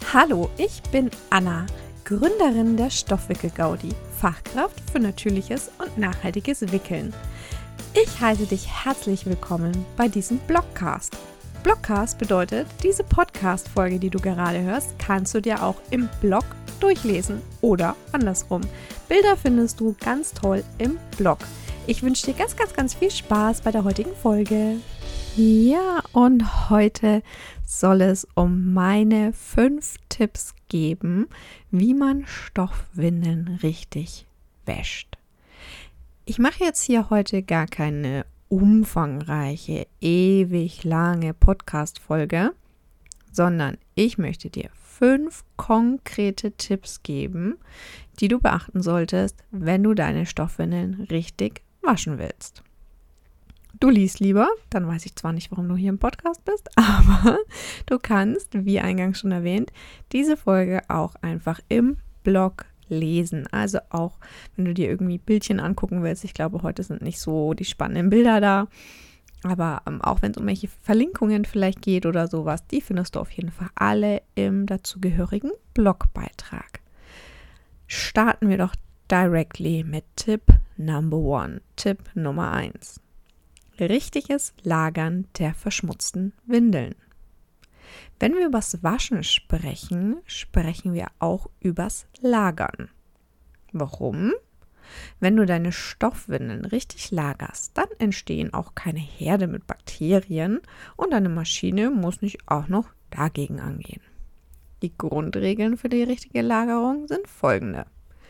Hallo, ich bin Anna, Gründerin der Stoffwickel-Gaudi, Fachkraft für natürliches und nachhaltiges Wickeln. Ich heiße dich herzlich willkommen bei diesem Blogcast. Blogcast bedeutet, diese Podcast-Folge, die du gerade hörst, kannst du dir auch im Blog durchlesen oder andersrum. Bilder findest du ganz toll im Blog. Ich wünsche dir ganz viel Spaß bei der heutigen Folge. Ja, und heute soll es um meine 5 Tipps geben, wie man Stoffwindeln richtig wäscht. Ich mache jetzt hier heute gar keine umfangreiche, ewig lange Podcast-Folge, sondern ich möchte dir 5 konkrete Tipps geben, die du beachten solltest, wenn du deine Stoffwindeln richtig waschen willst. Du liest lieber, dann weiß ich zwar nicht, warum du hier im Podcast bist, aber du kannst, wie eingangs schon erwähnt, diese Folge auch einfach im Blog lesen. Also auch, wenn du dir irgendwie Bildchen angucken willst. Ich glaube, heute sind nicht so die spannenden Bilder da. Aber auch wenn es um welche Verlinkungen vielleicht geht oder sowas, die findest du auf jeden Fall alle im dazugehörigen Blogbeitrag. Starten wir doch directly mit Tipp Number 1. Tipp Nummer 1. Richtiges Lagern der verschmutzten Windeln. Wenn wir übers Waschen sprechen, sprechen wir auch übers Lagern. Warum? Wenn du deine Stoffwindeln richtig lagerst, dann entstehen auch keine Herde mit Bakterien und deine Maschine muss nicht auch noch dagegen angehen. Die Grundregeln für die richtige Lagerung sind folgende.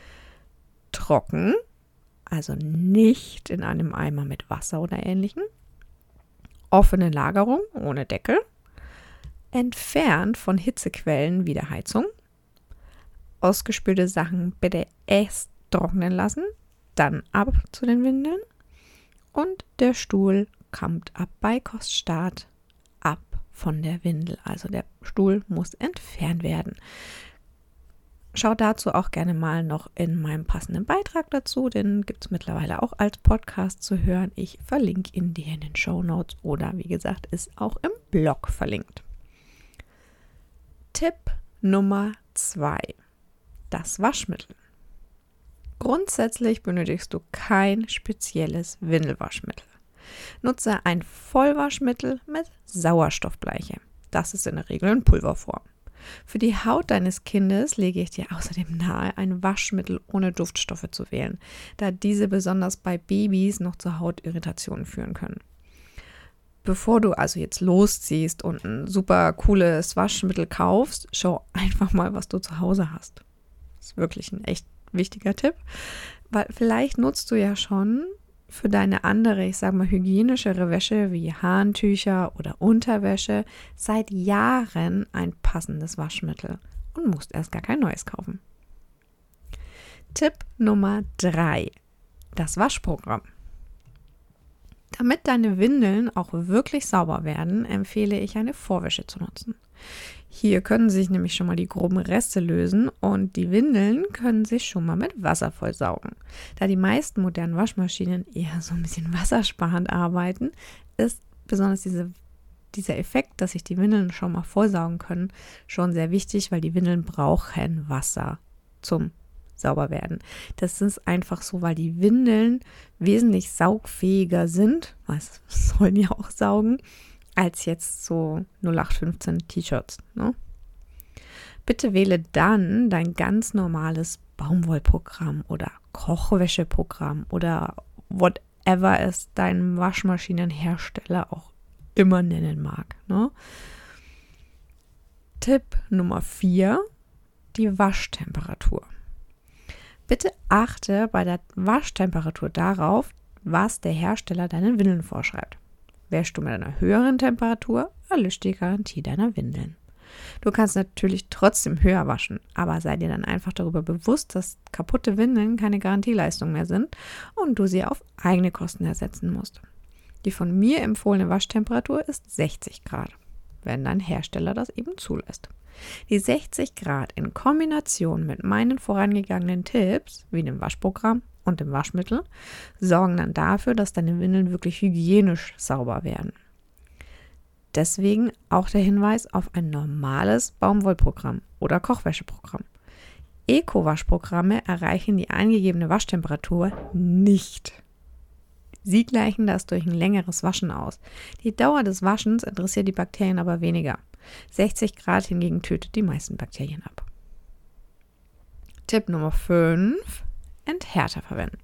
Trocken, also nicht in einem Eimer mit Wasser oder Ähnlichem. Offene Lagerung ohne Deckel. Entfernt von Hitzequellen wie der Heizung. Ausgespülte Sachen bitte erst trocknen lassen, dann ab zu den Windeln. Und der Stuhl kommt ab bei Koststart ab von der Windel. Also der Stuhl muss entfernt werden. Schau dazu auch gerne mal noch in meinem passenden Beitrag dazu, den gibt es mittlerweile auch als Podcast zu hören. Ich verlinke ihn dir in den Shownotes oder wie gesagt, ist auch im Blog verlinkt. Tipp Nummer 2. Das Waschmittel. Grundsätzlich benötigst du kein spezielles Windelwaschmittel. Nutze ein Vollwaschmittel mit Sauerstoffbleiche. Das ist in der Regel in Pulverform. Für die Haut deines Kindes lege ich dir außerdem nahe, ein Waschmittel ohne Duftstoffe zu wählen, da diese besonders bei Babys noch zu Hautirritationen führen können. Bevor du also jetzt losziehst und ein super cooles Waschmittel kaufst, schau einfach mal, was du zu Hause hast. Das ist wirklich ein echt wichtiger Tipp, weil vielleicht nutzt du ja schon für deine andere, ich sag mal, hygienischere Wäsche wie Handtücher oder Unterwäsche seit Jahren ein passendes Waschmittel und musst erst gar kein neues kaufen. Tipp Nummer 3. Das Waschprogramm. Damit deine Windeln auch wirklich sauber werden, empfehle ich eine Vorwäsche zu nutzen. Hier können sich nämlich schon mal die groben Reste lösen und die Windeln können sich schon mal mit Wasser vollsaugen. Da die meisten modernen Waschmaschinen eher so ein bisschen wassersparend arbeiten, ist besonders dieser Effekt, dass sich die Windeln schon mal vollsaugen können, schon sehr wichtig, weil die Windeln brauchen Wasser zum Sauberwerden. Das ist einfach so, weil die Windeln wesentlich saugfähiger sind, was sollen ja auch saugen, als jetzt so 0815 T-Shirts. Ne? Bitte wähle dann dein ganz normales Baumwollprogramm oder Kochwäscheprogramm oder whatever es dein Waschmaschinenhersteller auch immer nennen mag. Ne? Tipp Nummer 4, die Waschtemperatur. Bitte achte bei der Waschtemperatur darauf, was der Hersteller deinen Windeln vorschreibt. Wäschst du mit einer höheren Temperatur, erlischt die Garantie deiner Windeln. Du kannst natürlich trotzdem höher waschen, aber sei dir dann einfach darüber bewusst, dass kaputte Windeln keine Garantieleistung mehr sind und du sie auf eigene Kosten ersetzen musst. Die von mir empfohlene Waschtemperatur ist 60 Grad, wenn dein Hersteller das eben zulässt. Die 60 Grad in Kombination mit meinen vorangegangenen Tipps, wie dem Waschprogramm und dem Waschmittel, sorgen dann dafür, dass deine Windeln wirklich hygienisch sauber werden. Deswegen auch der Hinweis auf ein normales Baumwollprogramm oder Kochwäscheprogramm. Eco-Waschprogramme erreichen die angegebene Waschtemperatur nicht. Sie gleichen das durch ein längeres Waschen aus. Die Dauer des Waschens interessiert die Bakterien aber weniger. 60 Grad hingegen tötet die meisten Bakterien ab. Tipp Nummer 5: Enthärter verwenden.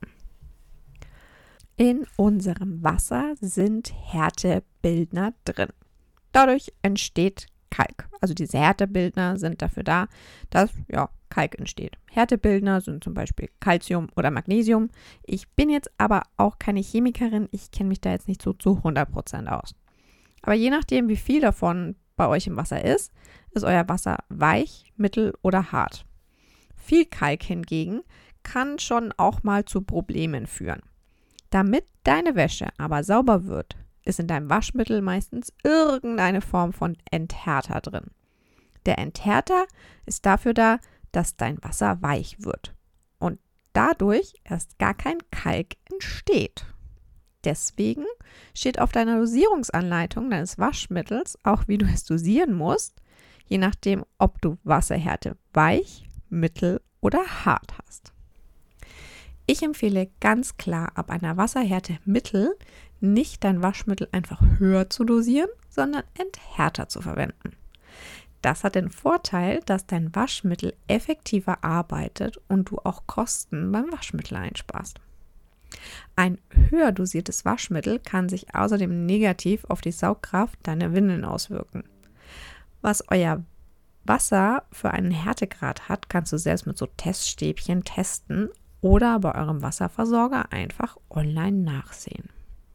In unserem Wasser sind Härtebildner drin. Dadurch entsteht Kalk. Also diese Härtebildner sind dafür da, dass Kalk entsteht. Härtebildner sind zum Beispiel Calcium oder Magnesium. Ich bin jetzt aber auch keine Chemikerin. Ich kenne mich da jetzt nicht so zu 100% aus. Aber je nachdem, wie viel davon bei euch im Wasser ist euer Wasser weich, mittel oder hart. Viel Kalk hingegen kann schon auch mal zu Problemen führen. Damit deine Wäsche aber sauber wird, ist in deinem Waschmittel meistens irgendeine Form von Enthärter drin. Der Enthärter ist dafür da, dass dein Wasser weich wird und dadurch erst gar kein Kalk entsteht. Deswegen steht auf deiner Dosierungsanleitung deines Waschmittels auch, wie du es dosieren musst, je nachdem, ob du Wasserhärte weich, mittel oder hart hast. Ich empfehle ganz klar, ab einer Wasserhärte mittel nicht dein Waschmittel einfach höher zu dosieren, sondern Enthärter zu verwenden. Das hat den Vorteil, dass dein Waschmittel effektiver arbeitet und du auch Kosten beim Waschmittel einsparst. Ein höher dosiertes Waschmittel kann sich außerdem negativ auf die Saugkraft deiner Windeln auswirken. Was euer Wasser für einen Härtegrad hat, kannst du selbst mit so Teststäbchen testen oder bei eurem Wasserversorger einfach online nachsehen.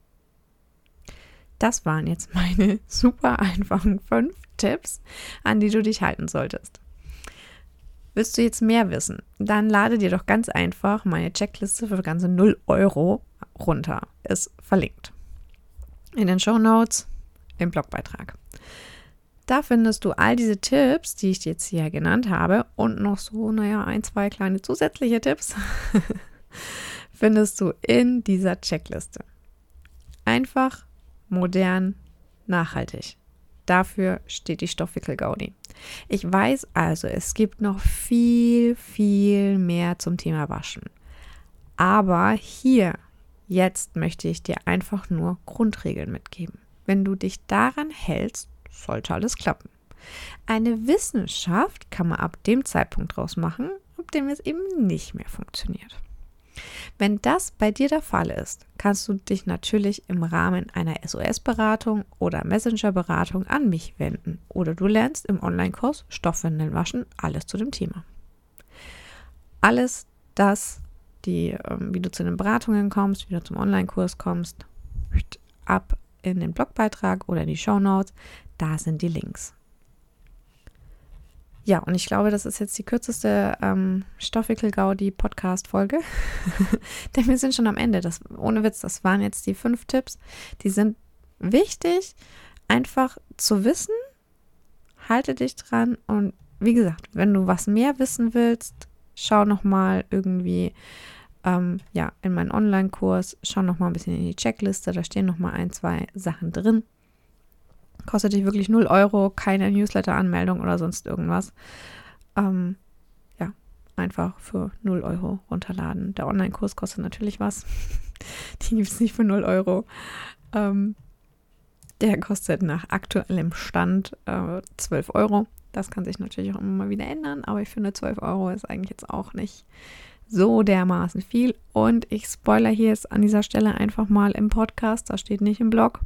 Das waren jetzt meine super einfachen 5 Tipps, an die du dich halten solltest. Willst du jetzt mehr wissen? Dann lade dir doch ganz einfach meine Checkliste für ganze 0 € runter. Ist verlinkt. In den Shownotes, im Blogbeitrag. Da findest du all diese Tipps, die ich dir jetzt hier genannt habe und noch so, 1, 2 kleine zusätzliche Tipps findest du in dieser Checkliste. Einfach, modern, nachhaltig. Dafür steht die Stoffwickel-Gaudi. Ich weiß also, es gibt noch viel, viel mehr zum Thema Waschen. Aber hier, jetzt möchte ich dir einfach nur Grundregeln mitgeben. Wenn du dich daran hältst, sollte alles klappen. Eine Wissenschaft kann man ab dem Zeitpunkt draus machen, ab dem es eben nicht mehr funktioniert. Wenn das bei dir der Fall ist, kannst du dich natürlich im Rahmen einer SOS-Beratung oder Messenger-Beratung an mich wenden oder du lernst im Online-Kurs Stoffwindeln waschen alles zu dem Thema. Alles das, wie du zu den Beratungen kommst, wie du zum Online-Kurs kommst, ab in den Blogbeitrag oder in die Shownotes, da sind die Links. Ja, und ich glaube, das ist jetzt die kürzeste Stoffwickel-Gaudi-Podcast-Folge. Denn wir sind schon am Ende. Ohne Witz, das waren jetzt die 5 Tipps. Die sind wichtig, einfach zu wissen. Halte dich dran. Und wie gesagt, wenn du was mehr wissen willst, schau nochmal irgendwie in meinen Online-Kurs. Schau nochmal ein bisschen in die Checkliste. Da stehen nochmal 1, 2 Sachen drin. Kostet dich wirklich 0 €, keine Newsletter-Anmeldung oder sonst irgendwas. Einfach für 0 € runterladen. Der Online-Kurs kostet natürlich was. Die gibt es nicht für 0 €. Der kostet nach aktuellem Stand 12 €. Das kann sich natürlich auch immer mal wieder ändern, aber ich finde 12 € ist eigentlich jetzt auch nicht so dermaßen viel. Und ich spoilere hier jetzt an dieser Stelle einfach mal im Podcast, das steht nicht im Blog.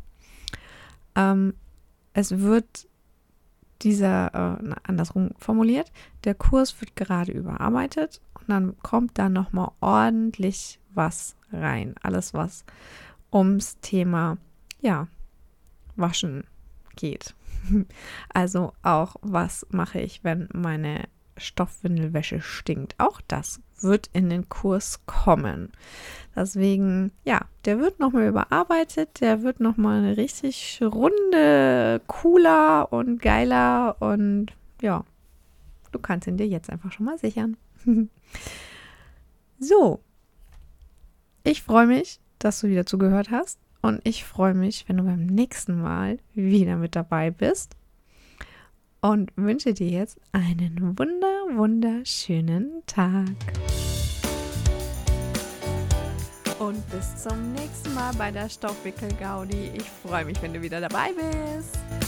Es wird andersrum formuliert, der Kurs wird gerade überarbeitet und dann kommt da nochmal ordentlich was rein. Alles, was ums Thema, Waschen geht. Also auch, was mache ich, wenn meine Stoffwindelwäsche stinkt. Auch das wird in den Kurs kommen. Deswegen, der wird nochmal überarbeitet, der wird nochmal eine richtig runde, cooler und geiler und du kannst ihn dir jetzt einfach schon mal sichern. So, ich freue mich, dass du wieder zugehört hast und ich freue mich, wenn du beim nächsten Mal wieder mit dabei bist und wünsche dir jetzt einen wunderschönen Tag. Und bis zum nächsten Mal bei der Stoffwickel-Gaudi. Ich freue mich, wenn du wieder dabei bist.